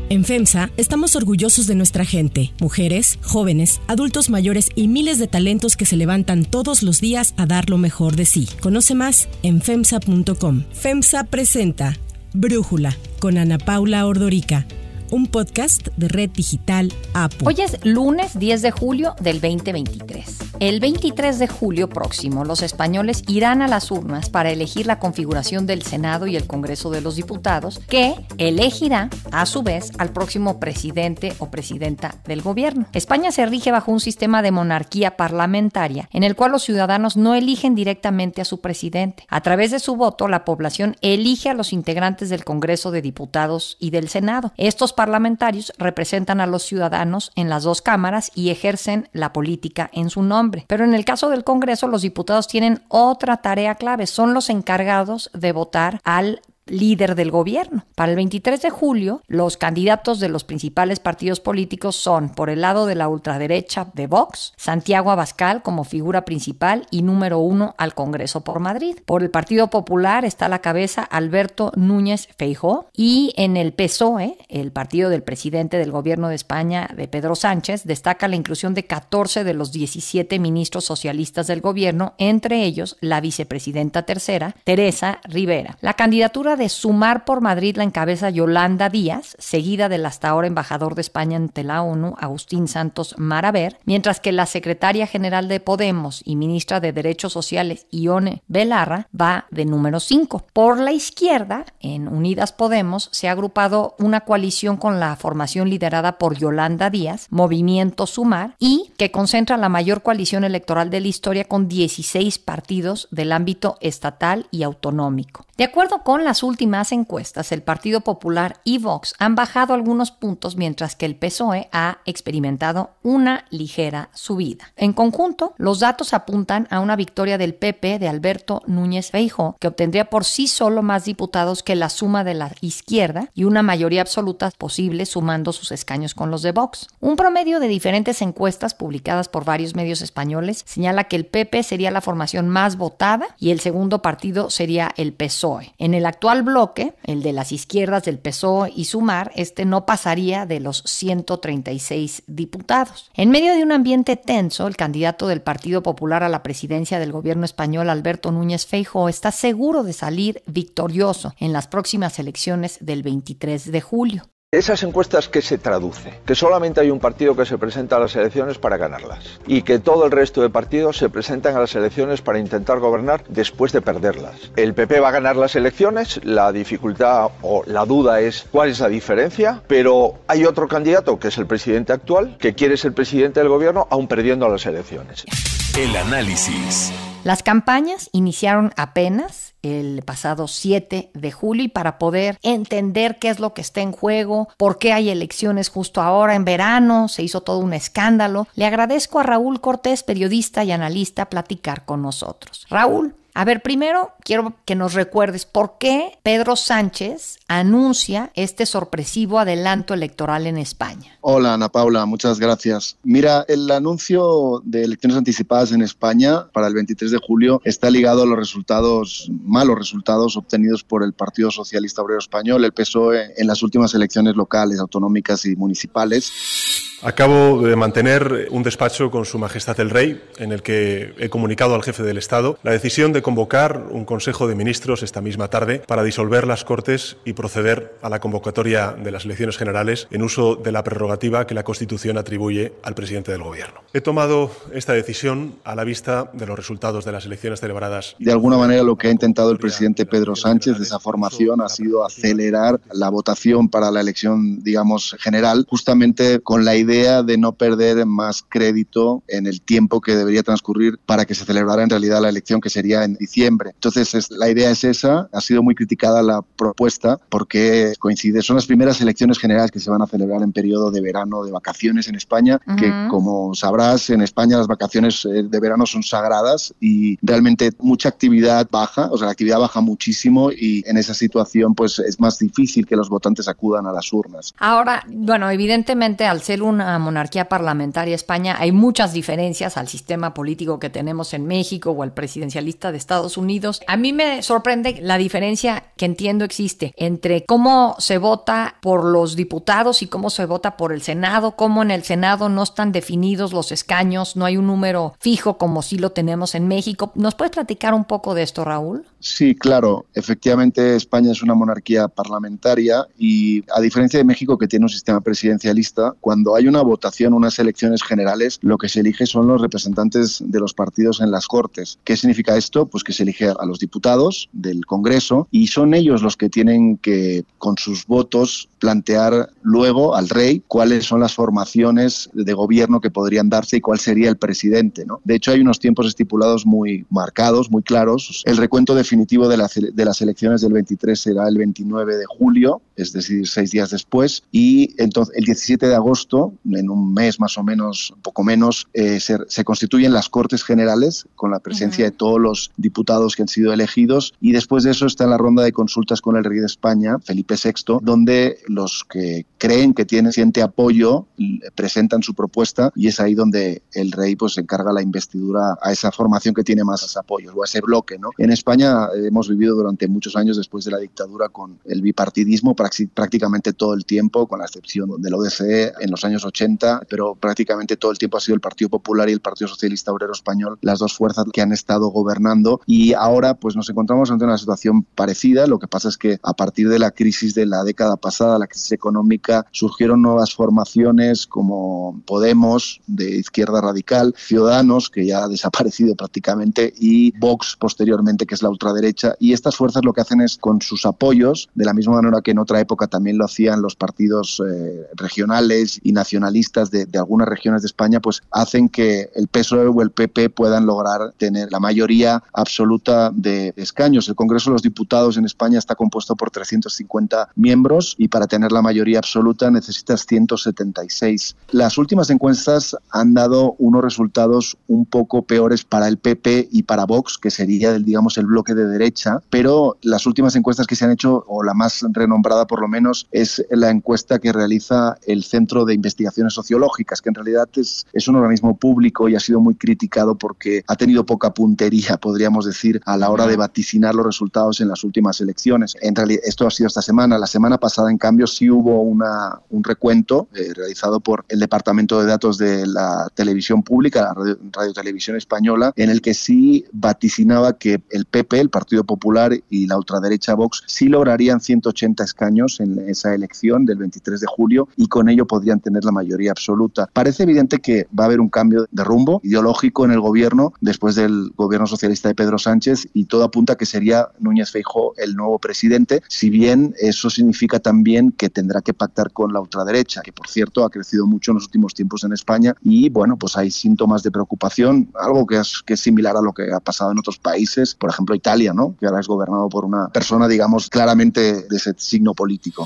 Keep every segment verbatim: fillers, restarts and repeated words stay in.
En FEMSA estamos orgullosos de nuestra gente, mujeres, jóvenes, adultos mayores y miles de talentos que se levantan todos los días a dar lo mejor de sí. Conoce más en femsa punto com. FEMSA presenta Brújula con Ana Paula Ordorica, un podcast de Red Digital A P U. Hoy es lunes diez de julio del veinte veintitrés. El veintitrés de julio próximo, los españoles irán a las urnas para elegir la configuración del Senado y el Congreso de los Diputados, que elegirá, a su vez, al próximo presidente o presidenta del gobierno. España se rige bajo un sistema de monarquía parlamentaria, en el cual los ciudadanos no eligen directamente a su presidente. A través de su voto, la población elige a los integrantes del Congreso de Diputados y del Senado. Estos parlamentarios representan a los ciudadanos en las dos cámaras y ejercen la política en su nombre. Pero en el caso del Congreso, los diputados tienen otra tarea clave. Son los encargados de votar al líder del gobierno. Para el veintitrés de julio, los candidatos de los principales partidos políticos son, por el lado de la ultraderecha de Vox, Santiago Abascal como figura principal y número uno al Congreso por Madrid. Por el Partido Popular está a la cabeza Alberto Núñez Feijóo, y en el P S O E, el partido del presidente del gobierno de España, de Pedro Sánchez, destaca la inclusión de catorce de los diecisiete ministros socialistas del gobierno, entre ellos la vicepresidenta tercera, Teresa Rivera. La candidatura de Sumar por Madrid la encabeza Yolanda Díaz, seguida del hasta ahora embajador de España ante la ONU, Agustín Santos Maraver, mientras que la secretaria general de Podemos y ministra de Derechos Sociales, Ione Belarra, va de número cinco. Por la izquierda, en Unidas Podemos, se ha agrupado una coalición con la formación liderada por Yolanda Díaz, Movimiento Sumar, y que concentra la mayor coalición electoral de la historia con dieciséis partidos del ámbito estatal y autonómico. De acuerdo con las últimas encuestas, el Partido Popular y Vox han bajado algunos puntos, mientras que el P S O E ha experimentado una ligera subida. En conjunto, los datos apuntan a una victoria del P P de Alberto Núñez Feijóo, que obtendría por sí solo más diputados que la suma de la izquierda y una mayoría absoluta posible sumando sus escaños con los de Vox. Un promedio de diferentes encuestas publicadas por varios medios españoles señala que el P P sería la formación más votada y el segundo partido sería el P S O E. En el actual bloque, el de las izquierdas del P S O E y Sumar, este no pasaría de los ciento treinta y seis diputados. En medio de un ambiente tenso, el candidato del Partido Popular a la presidencia del gobierno español, Alberto Núñez Feijóo, está seguro de salir victorioso en las próximas elecciones del veintitrés de julio. Esas encuestas, ¿qué se traduce? Que solamente hay un partido que se presenta a las elecciones para ganarlas y que todo el resto de partidos se presentan a las elecciones para intentar gobernar después de perderlas. El P P va a ganar las elecciones, la dificultad o la duda es cuál es la diferencia, pero hay otro candidato que es el presidente actual que quiere ser presidente del gobierno aún perdiendo las elecciones. El análisis. Las campañas iniciaron apenas el pasado siete de julio y para poder entender qué es lo que está en juego, por qué hay elecciones justo ahora en verano, se hizo todo un escándalo, le agradezco a Raúl Cortés, periodista y analista, platicar con nosotros. Raúl, a ver, primero quiero que nos recuerdes por qué Pedro Sánchez anuncia este sorpresivo adelanto electoral en España. Hola, Ana Paula, muchas gracias. Mira, el anuncio de elecciones anticipadas en España para el veintitrés de julio está ligado a los resultados, malos resultados obtenidos por el Partido Socialista Obrero Español, el P S O E, en las últimas elecciones locales, autonómicas y municipales. Acabo de mantener un despacho con Su Majestad el Rey, en el que he comunicado al jefe del Estado la decisión de convocar un Consejo de Ministros esta misma tarde para disolver las Cortes y proceder a la convocatoria de las elecciones generales en uso de la prerrogativa que la Constitución atribuye al presidente del Gobierno. He tomado esta decisión a la vista de los resultados de las elecciones celebradas. De alguna manera, lo que ha intentado el presidente Pedro Sánchez de esa formación ha sido acelerar la votación para la elección, digamos, general, justamente con la idea de no perder más crédito en el tiempo que debería transcurrir para que se celebrara en realidad la elección, que sería en diciembre. Entonces, es, la idea es esa. Ha sido muy criticada la propuesta porque coincide, son las primeras elecciones generales que se van a celebrar en periodo de verano, de vacaciones en España, uh-huh. que como sabrás, en España las vacaciones de verano son sagradas y realmente mucha actividad baja, o sea, la actividad baja muchísimo y en esa situación pues es más difícil que los votantes acudan a las urnas. Ahora, bueno, evidentemente al ser un una monarquía parlamentaria España. Hay muchas diferencias al sistema político que tenemos en México o al presidencialista de Estados Unidos. A mí me sorprende la diferencia que entiendo existe entre cómo se vota por los diputados y cómo se vota por el Senado, cómo en el Senado no están definidos los escaños, no hay un número fijo como sí lo tenemos en México. ¿Nos puedes platicar un poco de esto, Raúl? Sí, claro. Efectivamente, España es una monarquía parlamentaria y, a diferencia de México, que tiene un sistema presidencialista, cuando hay una votación, unas elecciones generales, lo que se elige son los representantes de los partidos en las Cortes. ¿Qué significa esto? Pues que se elige a los diputados del Congreso y son ellos los que tienen que, con sus votos, plantear luego al rey cuáles son las formaciones de gobierno que podrían darse y cuál sería el presidente, ¿no? De hecho, hay unos tiempos estipulados muy marcados, muy claros. El recuento definitivo de, la, de las elecciones del veintitrés será el veintinueve de julio, es decir, seis días después, y entonces el diecisiete de agosto, en un mes más o menos, un poco menos, eh, se, se constituyen las Cortes Generales con la presencia uh-huh. de todos los diputados que han sido elegidos, y después de eso está la ronda de consultas con el rey de España, Felipe sexto, donde los que creen que tienen suficiente apoyo presentan su propuesta y es ahí donde el rey pues encarga la investidura a esa formación que tiene más apoyos o a ese bloque, ¿no? En España hemos vivido durante muchos años después de la dictadura con el bipartidismo prácticamente todo el tiempo, con la excepción del O D C E en los años ochenta, pero prácticamente todo el tiempo ha sido el Partido Popular y el Partido Socialista Obrero Español las dos fuerzas que han estado gobernando, y ahora pues nos encontramos ante una situación parecida. Lo que pasa es que a partir de la crisis de la década pasada, la crisis económica, surgieron nuevas formaciones como Podemos, de izquierda radical, Ciudadanos, que ya ha desaparecido prácticamente, y Vox posteriormente, que es la ultraderecha, y estas fuerzas lo que hacen es, con sus apoyos, de la misma manera que en otra época también lo hacían los partidos eh, regionales y nacionalistas de, de algunas regiones de España, pues hacen que el P S O E o el P P puedan lograr tener la mayoría absoluta de escaños. El Congreso de los Diputados en España está compuesto por trescientos cincuenta miembros y para tener la mayoría absoluta necesitas ciento setenta y seis. Las últimas encuestas han dado unos resultados un poco peores para el P P y para Vox, que sería, digamos, el bloque de derecha, pero las últimas encuestas que se han hecho, o la más renombrada por lo menos, es la encuesta que realiza el Centro de Investigaciones Sociológicas, que en realidad es, es un organismo público y ha sido muy criticado porque ha tenido poca puntería, podríamos decir, a la hora de vaticinar los resultados en las últimas elecciones. En realidad, esto ha sido esta semana. La semana pasada, en cambio, sí hubo una, un recuento eh, realizado por el Departamento de Datos de la Televisión Pública, la Radio, Radio Televisión Española, en el que sí vaticinaba que el P P, el Partido Popular, y la ultraderecha Vox sí lograrían ciento ochenta escaños en esa elección del veintitrés de julio y con ello podrían tener la mayoría absoluta. Parece evidente que va a haber un cambio de rumbo ideológico en el gobierno después del gobierno socialista de Pedro Sánchez, y todo apunta a que sería Núñez Feijóo el nuevo presidente, si bien eso significa también que tendrá que pactar con la ultraderecha, que por cierto ha crecido mucho en los últimos tiempos en España, y bueno, pues hay síntomas de preocupación, algo que es, que es similar a lo que ha pasado en otros países, por ejemplo Italia, ¿no?, que ahora es gobernado por una persona, digamos, claramente de ese signo político.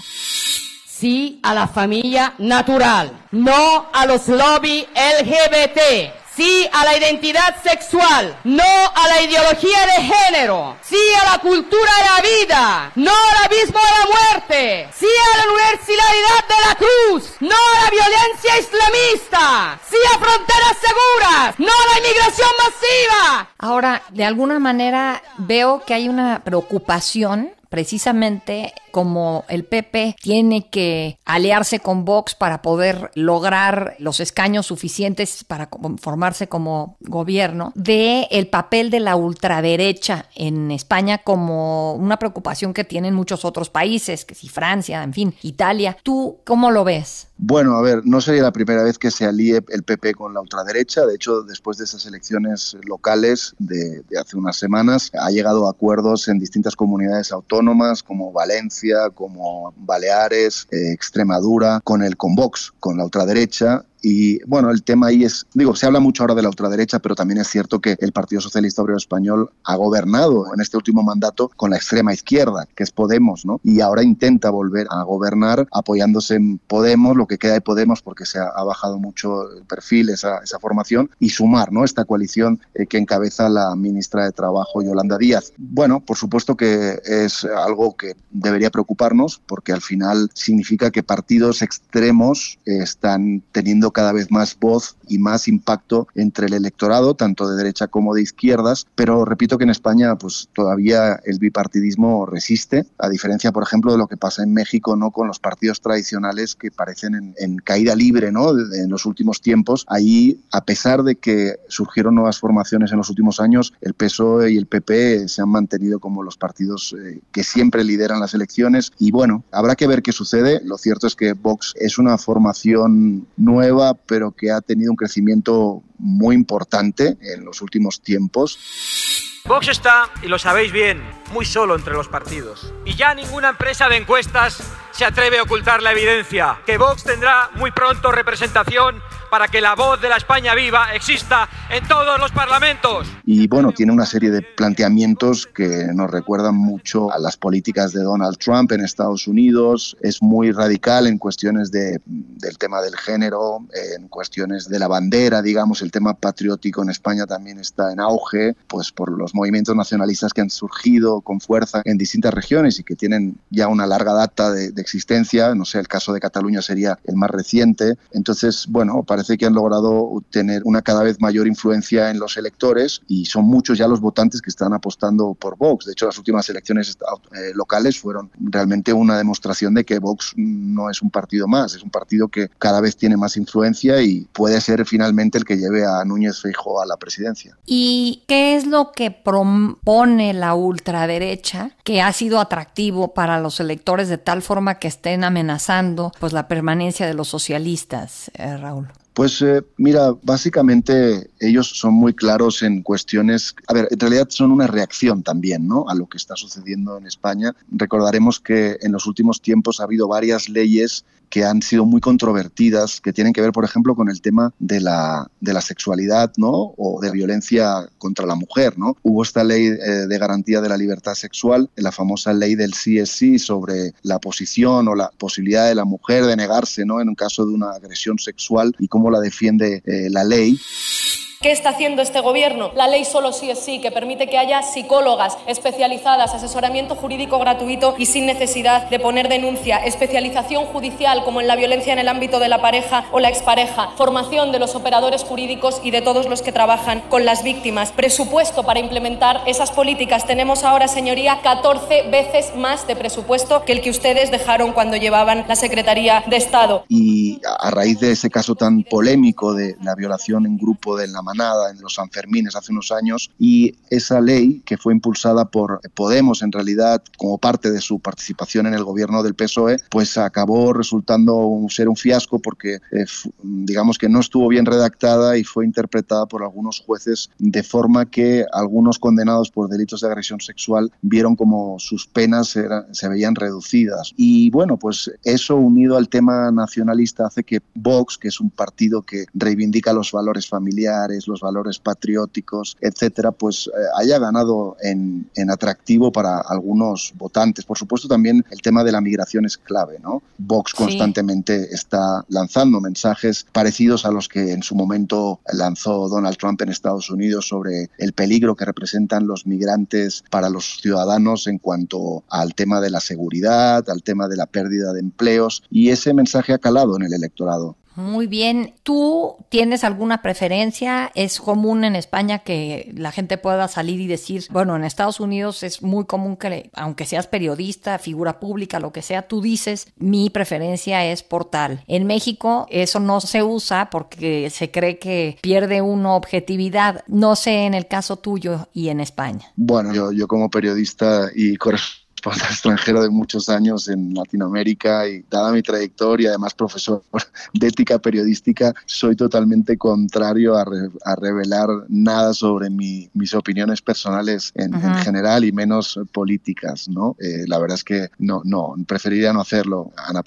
Sí a la familia natural, no a los lobby L G B T. Sí a la identidad sexual, no a la ideología de género. Sí a la cultura de la vida, no al abismo de la muerte. Sí a la universalidad de la cruz, no a la violencia islamista. Sí a fronteras seguras, no a la inmigración masiva. Ahora, de alguna manera veo que hay una preocupación, precisamente como el P P tiene que aliarse con Vox para poder lograr los escaños suficientes para formarse como gobierno, de el papel de la ultraderecha en España como una preocupación que tienen muchos otros países, que si Francia, en fin, Italia. ¿Tú cómo lo ves? Bueno, a ver, no sería la primera vez que se alíe el P P con la ultraderecha. De hecho, después de esas elecciones locales de, de hace unas semanas, ha llegado a acuerdos en distintas comunidades autónomas como Valencia, como Baleares, eh, Extremadura, con el con Vox, con la ultraderecha. Y bueno, el tema ahí es, digo, se habla mucho ahora de la ultraderecha, pero también es cierto que el Partido Socialista Obrero Español ha gobernado en este último mandato con la extrema izquierda, que es Podemos, ¿no? Y ahora intenta volver a gobernar apoyándose en Podemos, lo que queda de Podemos, porque se ha, ha bajado mucho el perfil, esa, esa formación, y sumar, ¿no?, esta coalición eh, que encabeza la ministra de Trabajo, Yolanda Díaz. Bueno, por supuesto que es algo que debería preocuparnos, porque al final significa que partidos extremos eh, están teniendo cada vez más voz y más impacto entre el electorado, tanto de derecha como de izquierdas, pero repito que en España pues todavía el bipartidismo resiste, a diferencia, por ejemplo, de lo que pasa en México, ¿no?, con los partidos tradicionales que parecen en, en caída libre, ¿no?, en los últimos tiempos. Ahí, a pesar de que surgieron nuevas formaciones en los últimos años, el P S O E y el P P se han mantenido como los partidos eh, que siempre lideran las elecciones, y bueno, habrá que ver qué sucede. Lo cierto es que Vox es una formación nueva, pero que ha tenido un crecimiento muy importante en los últimos tiempos. Vox está, y lo sabéis bien, muy solo entre los partidos. Y ya ninguna empresa de encuestas se atreve a ocultar la evidencia. Que Vox tendrá muy pronto representación para que la voz de la España viva exista en todos los parlamentos. Y bueno, tiene una serie de planteamientos que nos recuerdan mucho a las políticas de Donald Trump en Estados Unidos. Es muy radical en cuestiones de, del tema del género, en cuestiones de la bandera, digamos. El tema patriótico en España también está en auge, pues por los movimientos nacionalistas que han surgido con fuerza en distintas regiones y que tienen ya una larga data de, de existencia. No sé, el caso de Cataluña sería el más reciente. Entonces, bueno, parece que han logrado tener una cada vez mayor influencia en los electores y son muchos ya los votantes que están apostando por Vox. De hecho, las últimas elecciones eh, locales fueron realmente una demostración de que Vox no es un partido más, es un partido que cada vez tiene más influencia y puede ser finalmente el que lleve a Núñez Feijóo a la presidencia. ¿Y qué es lo que propone la ultraderecha que ha sido atractivo para los electores de tal forma que estén amenazando pues la permanencia de los socialistas, eh, Raúl? Pues eh, mira, básicamente ellos son muy claros en cuestiones, a ver, en realidad son una reacción también, ¿no?, a lo que está sucediendo en España. Recordaremos que en los últimos tiempos ha habido varias leyes que han sido muy controvertidas, que tienen que ver, por ejemplo, con el tema de la, de la sexualidad, ¿no?, o de violencia contra la mujer, ¿no? Hubo esta ley eh, de garantía de la libertad sexual, la famosa ley del sí es sí, sobre la posición o la posibilidad de la mujer de negarse, ¿no?, en un caso de una agresión sexual y cómo la defiende eh, la ley. ¿Qué está haciendo este gobierno? La ley solo sí es sí, que permite que haya psicólogas especializadas, asesoramiento jurídico gratuito y sin necesidad de poner denuncia, especialización judicial como en la violencia en el ámbito de la pareja o la expareja, formación de los operadores jurídicos y de todos los que trabajan con las víctimas, presupuesto para implementar esas políticas. Tenemos ahora, señoría, catorce veces más de presupuesto que el que ustedes dejaron cuando llevaban la Secretaría de Estado. Y a raíz de ese caso tan polémico de la violación en grupo de la Manada en los Sanfermines hace unos años, y esa ley que fue impulsada por Podemos en realidad como parte de su participación en el gobierno del P S O E, pues acabó resultando un, ser un fiasco porque eh, digamos que no estuvo bien redactada y fue interpretada por algunos jueces de forma que algunos condenados por delitos de agresión sexual vieron como sus penas era, se veían reducidas. Y bueno, pues eso unido al tema nacionalista hace que Vox, que es un partido que reivindica los valores familiares, los valores patrióticos, etcétera, pues eh, haya ganado en, en atractivo para algunos votantes. Por supuesto, también el tema de la migración es clave, ¿no? Vox constantemente sí. está lanzando mensajes parecidos a los que en su momento lanzó Donald Trump en Estados Unidos sobre el peligro que representan los migrantes para los ciudadanos en cuanto al tema de la seguridad, al tema de la pérdida de empleos, y ese mensaje ha calado en el electorado. Muy bien. ¿Tú tienes alguna preferencia? ¿Es común en España que la gente pueda salir y decir, bueno, en Estados Unidos es muy común que, aunque seas periodista, figura pública, lo que sea, tú dices, mi preferencia es por tal? En México eso no se usa porque se cree que pierde uno objetividad. No sé en el caso tuyo y en España. Bueno, yo, yo como periodista y corresponsal extranjero de muchos años en Latinoamérica y dada mi trayectoria, además profesor de ética periodística, soy totalmente contrario a, re, a revelar nada sobre mi, mis opiniones personales en, en general y menos políticas, ¿no? Eh, la verdad es que no, no, preferiría no hacerlo, Ana Paula.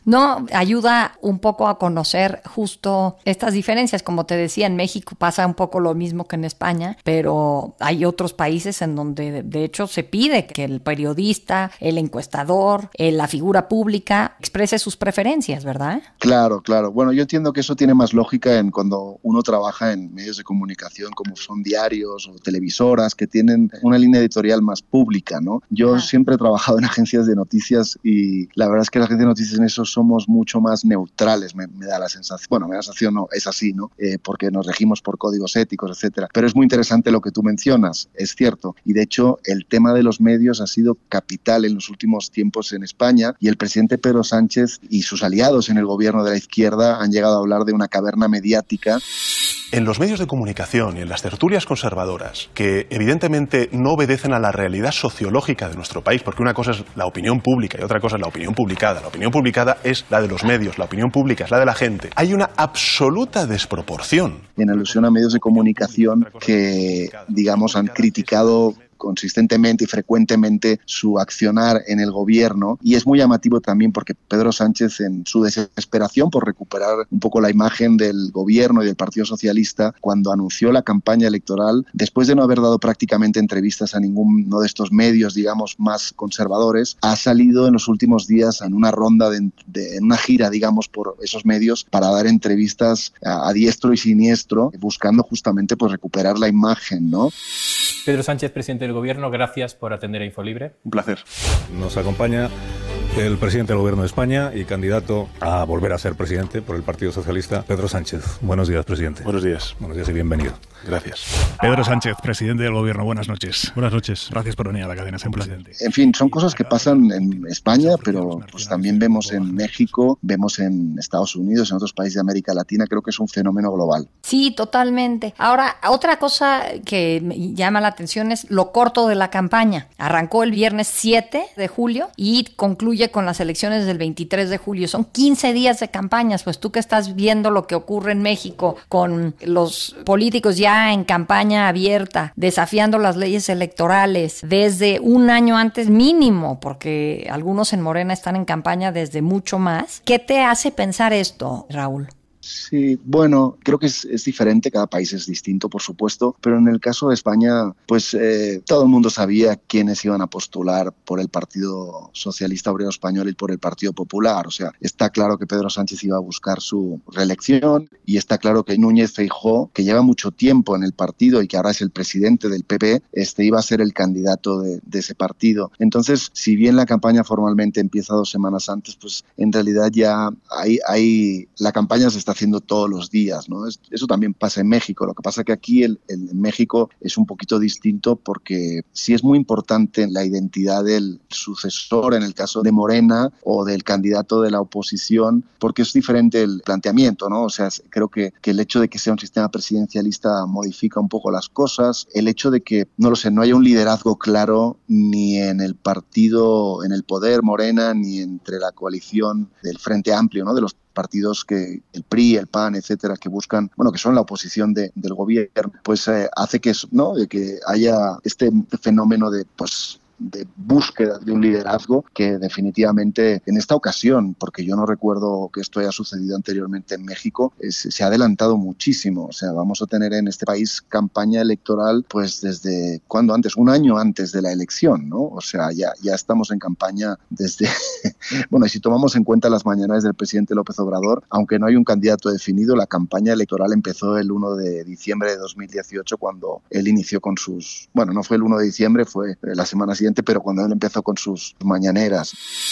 No, ayuda un poco a conocer justo estas diferencias. Como te decía, en México pasa un poco lo mismo que en España, pero hay otros países en donde de hecho se pide que el periodista, el encuestador, la figura pública exprese sus preferencias, ¿verdad? Claro, claro. Bueno, yo entiendo que eso tiene más lógica en cuando uno trabaja en medios de comunicación como son diarios o televisoras que tienen una línea editorial más pública, ¿no? Yo ah. siempre he trabajado en agencias de noticias y la verdad es que las agencias de noticias en eso somos mucho más neutrales, me, me da la sensación. Bueno, me da la sensación, no, es así, ¿no? Eh, porque nos regimos por códigos éticos, etcétera. Pero es muy interesante lo que tú mencionas, es cierto. Y de hecho, el tema de los medios ha sido capital en los últimos tiempos en España y el presidente Pedro Sánchez y sus aliados en el gobierno de la izquierda han llegado a hablar de una caverna mediática. En los medios de comunicación y en las tertulias conservadoras, que evidentemente no obedecen a la realidad sociológica de nuestro país, porque una cosa es la opinión pública y otra cosa es la opinión publicada. La opinión publicada es la de los medios, la opinión pública es la de la gente. Hay una absoluta desproporción. En alusión a medios de comunicación que, digamos, han criticado consistentemente y frecuentemente su accionar en el gobierno, y es muy llamativo también porque Pedro Sánchez, en su desesperación por recuperar un poco la imagen del gobierno y del Partido Socialista, cuando anunció la campaña electoral, después de no haber dado prácticamente entrevistas a ninguno de estos medios, digamos, más conservadores, ha salido en los últimos días en una ronda, de, de, en una gira, digamos, por esos medios para dar entrevistas a, a diestro y siniestro, buscando justamente pues recuperar la imagen, ¿no? Pedro Sánchez, presidente del Gobierno, gracias por atender a Infolibre. Un placer. Nos acompaña el presidente del Gobierno de España y candidato a volver a ser presidente por el Partido Socialista, Pedro Sánchez. Buenos días, presidente. Buenos días. Buenos días y bienvenido. Gracias. Pedro Sánchez, presidente del Gobierno, buenas noches. Buenas noches. Gracias por venir a la cadena, ser presidente. En fin, son cosas que pasan en España, pero pues también vemos en México, vemos en Estados Unidos, en otros países de América Latina. Creo que es un fenómeno global. Sí, totalmente. Ahora, otra cosa que me llama la atención es lo corto de la campaña. Arrancó el viernes siete de julio y concluye con las elecciones del veintitrés de julio. Son quince días de campañas. Pues tú que estás viendo lo que ocurre en México con los políticos ya en campaña abierta, desafiando las leyes electorales desde un año antes mínimo, porque algunos en Morena están en campaña desde mucho más. ¿Qué te hace pensar esto, Raúl? Sí, bueno, creo que es, es diferente, cada país es distinto, por supuesto, pero en el caso de España, pues eh, todo el mundo sabía quiénes iban a postular por el Partido Socialista Obrero Español y por el Partido Popular. O sea, está claro que Pedro Sánchez iba a buscar su reelección y está claro que Núñez Feijóo, que lleva mucho tiempo en el partido y que ahora es el presidente del P P, este iba a ser el candidato de, de ese partido. Entonces, si bien la campaña formalmente empieza dos semanas antes, pues en realidad ya hay, hay la campaña se está haciendo todos los días, ¿no? Eso también pasa en México. Lo que pasa es que aquí el, el, en México es un poquito distinto porque sí es muy importante la identidad del sucesor, en el caso de Morena, o del candidato de la oposición, porque es diferente el planteamiento, ¿no? O sea, creo que, que el hecho de que sea un sistema presidencialista modifica un poco las cosas. El hecho de que, no lo sé, no haya un liderazgo claro ni en el partido, en el poder Morena, ni entre la coalición del Frente Amplio, ¿no? De los partidos que el P R I, el P A N, etcétera, que buscan, bueno, que son la oposición de, del gobierno, pues eh, hace que, ¿no? de que haya este fenómeno de, pues, de búsqueda de un liderazgo que definitivamente en esta ocasión, porque yo no recuerdo que esto haya sucedido anteriormente en México, es, se ha adelantado muchísimo. O sea, vamos a tener en este país campaña electoral pues desde, ¿cuándo antes? Un año antes de la elección, ¿no? O sea, ya, ya estamos en campaña desde... bueno, y si tomamos en cuenta las mañanas del presidente López Obrador, aunque no hay un candidato definido, la campaña electoral empezó el uno de diciembre de dos mil dieciocho cuando él inició con sus... Bueno, no fue el uno de diciembre, fue la semana siguiente, pero cuando él empezó con sus mañaneras.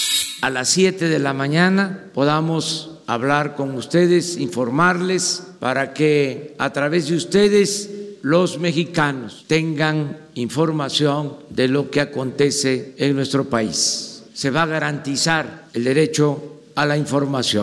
A las siete de la mañana podamos hablar con ustedes, informarles, para que a través de ustedes los mexicanos tengan información de lo que acontece en nuestro país. Se va a garantizar el derecho a la información.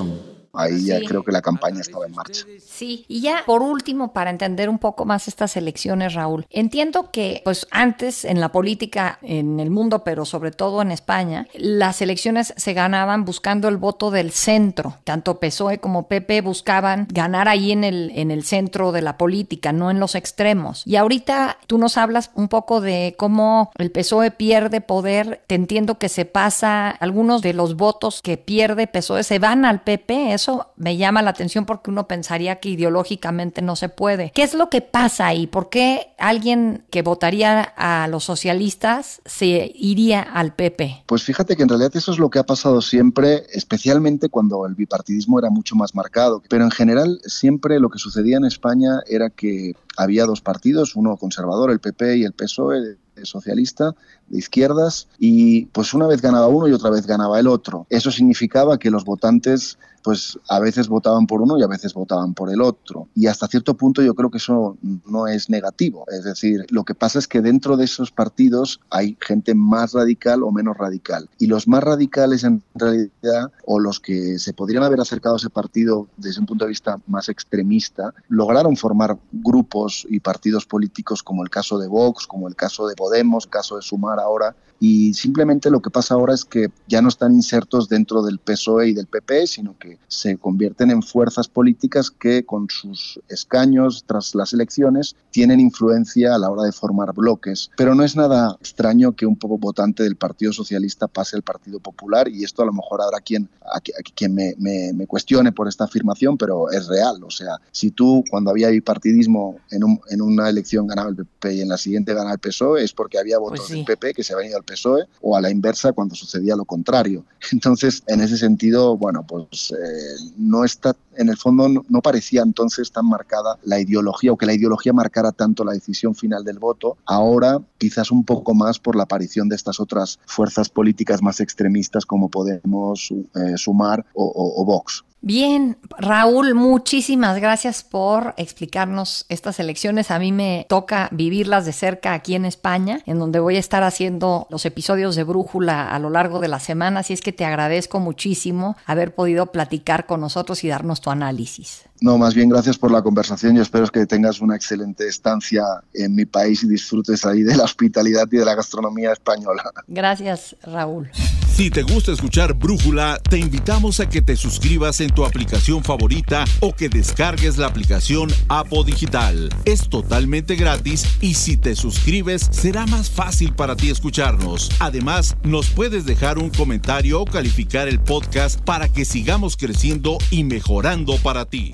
ahí ya Sí. creo que la campaña estaba en marcha. Sí, y ya por último, para entender un poco más estas elecciones, Raúl, entiendo que pues antes en la política en el mundo, pero sobre todo en España, las elecciones se ganaban buscando el voto del centro. Tanto P S O E como P P buscaban ganar ahí en el, en el centro de la política, no en los extremos. Y ahorita tú nos hablas un poco de cómo el P S O E pierde poder. Te entiendo que se pasa, algunos de los votos que pierde P S O E se van al P P. Eso me llama la atención porque uno pensaría que ideológicamente no se puede. ¿Qué es lo que pasa ahí? ¿Por qué alguien que votaría a los socialistas se iría al P P? Pues fíjate que en realidad eso es lo que ha pasado siempre, especialmente cuando el bipartidismo era mucho más marcado. Pero en general siempre lo que sucedía en España era que había dos partidos, uno conservador, el P P, y el P S O E, socialista, de izquierdas, y pues una vez ganaba uno y otra vez ganaba el otro. Eso significaba que los votantes pues a veces votaban por uno y a veces votaban por el otro. Y hasta cierto punto yo creo que eso no es negativo. Es decir, lo que pasa es que dentro de esos partidos hay gente más radical o menos radical. Y los más radicales en realidad, o los que se podrían haber acercado a ese partido desde un punto de vista más extremista, lograron formar grupos y partidos políticos como el caso de Vox, como el caso de Podemos, el caso de Sumar ahora. Y simplemente lo que pasa ahora es que ya no están insertos dentro del P S O E y del P P, sino que se convierten en fuerzas políticas que con sus escaños tras las elecciones tienen influencia a la hora de formar bloques. Pero no es nada extraño que un poco votante del Partido Socialista pase al Partido Popular, y esto a lo mejor habrá quien, a, a quien me, me, me cuestione por esta afirmación, pero es real. O sea, si tú cuando había bipartidismo en, un, en una elección ganaba el P P y en la siguiente ganaba el P S O E, es porque había votos pues sí. del P P que se habían ido al P S O E, o a la inversa cuando sucedía lo contrario. Entonces, en ese sentido, bueno, pues eh, no está, en el fondo no, no parecía entonces tan marcada la ideología, o que la ideología marcara tanto la decisión final del voto. Ahora quizás un poco más por la aparición de estas otras fuerzas políticas más extremistas como Podemos, eh, Sumar o, o, o Vox. Bien, Raúl, muchísimas gracias por explicarnos estas elecciones. A mí me toca vivirlas de cerca aquí en España, en donde voy a estar haciendo los episodios de Brújula a lo largo de la semana, así es que te agradezco muchísimo haber podido platicar con nosotros y darnos tu análisis. No, más bien gracias por la conversación. Yo espero que tengas una excelente estancia en mi país y disfrutes ahí de la hospitalidad y de la gastronomía española. Gracias, Raúl. Si te gusta escuchar Brújula, te invitamos a que te suscribas en tu aplicación favorita o que descargues la aplicación Apo Digital. Es totalmente gratis y si te suscribes será más fácil para ti escucharnos. Además, nos puedes dejar un comentario o calificar el podcast para que sigamos creciendo y mejorando para ti.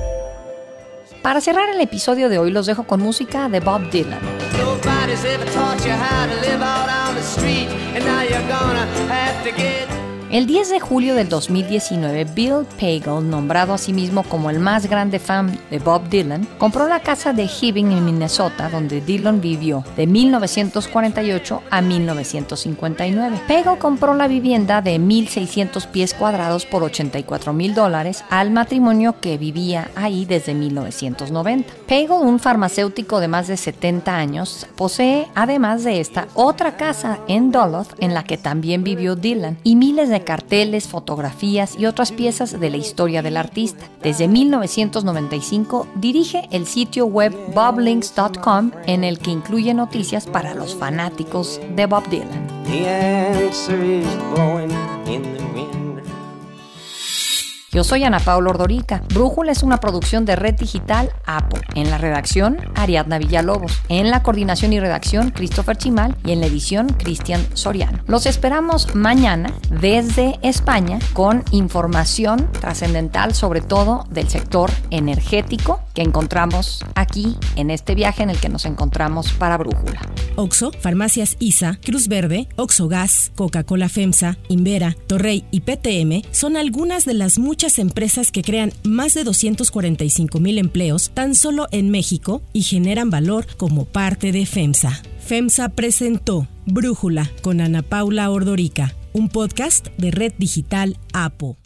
Para cerrar el episodio de hoy los dejo con música de Bob Dylan. El diez de julio del dos mil diecinueve, Bill Pagel, nombrado a sí mismo como el más grande fan de Bob Dylan, compró la casa de Hibbing en Minnesota, donde Dylan vivió de mil novecientos cuarenta y ocho a mil novecientos cincuenta y nueve. Pagel compró la vivienda de mil seiscientos pies cuadrados por ochenta y cuatro mil dólares al matrimonio que vivía ahí desde mil novecientos noventa. Pagel, un farmacéutico de más de setenta años, posee además de esta otra casa en Duluth en la que también vivió Dylan y miles de carteles, fotografías y otras piezas de la historia del artista. Desde mil novecientos noventa y cinco dirige el sitio web bob links punto com, en el que incluye noticias para los fanáticos de Bob Dylan. Yo soy Ana Paula Ordorica. Brújula es una producción de Red Digital Apo. En la redacción, Ariadna Villalobos. En la coordinación y redacción, Christopher Chimal. Y en la edición, Cristian Soriano. Los esperamos mañana desde España con información trascendental, sobre todo del sector energético que encontramos aquí en este viaje en el que nos encontramos para Brújula. Oxxo, Farmacias I S A, Cruz Verde, Oxxo Gas, Coca-Cola FEMSA, Invera, Torrey y P T M son algunas de las muchas Muchas empresas que crean más de doscientos cuarenta y cinco mil empleos tan solo en México y generan valor como parte de FEMSA. FEMSA presentó Brújula con Ana Paula Ordorica, un podcast de Red Digital Apo.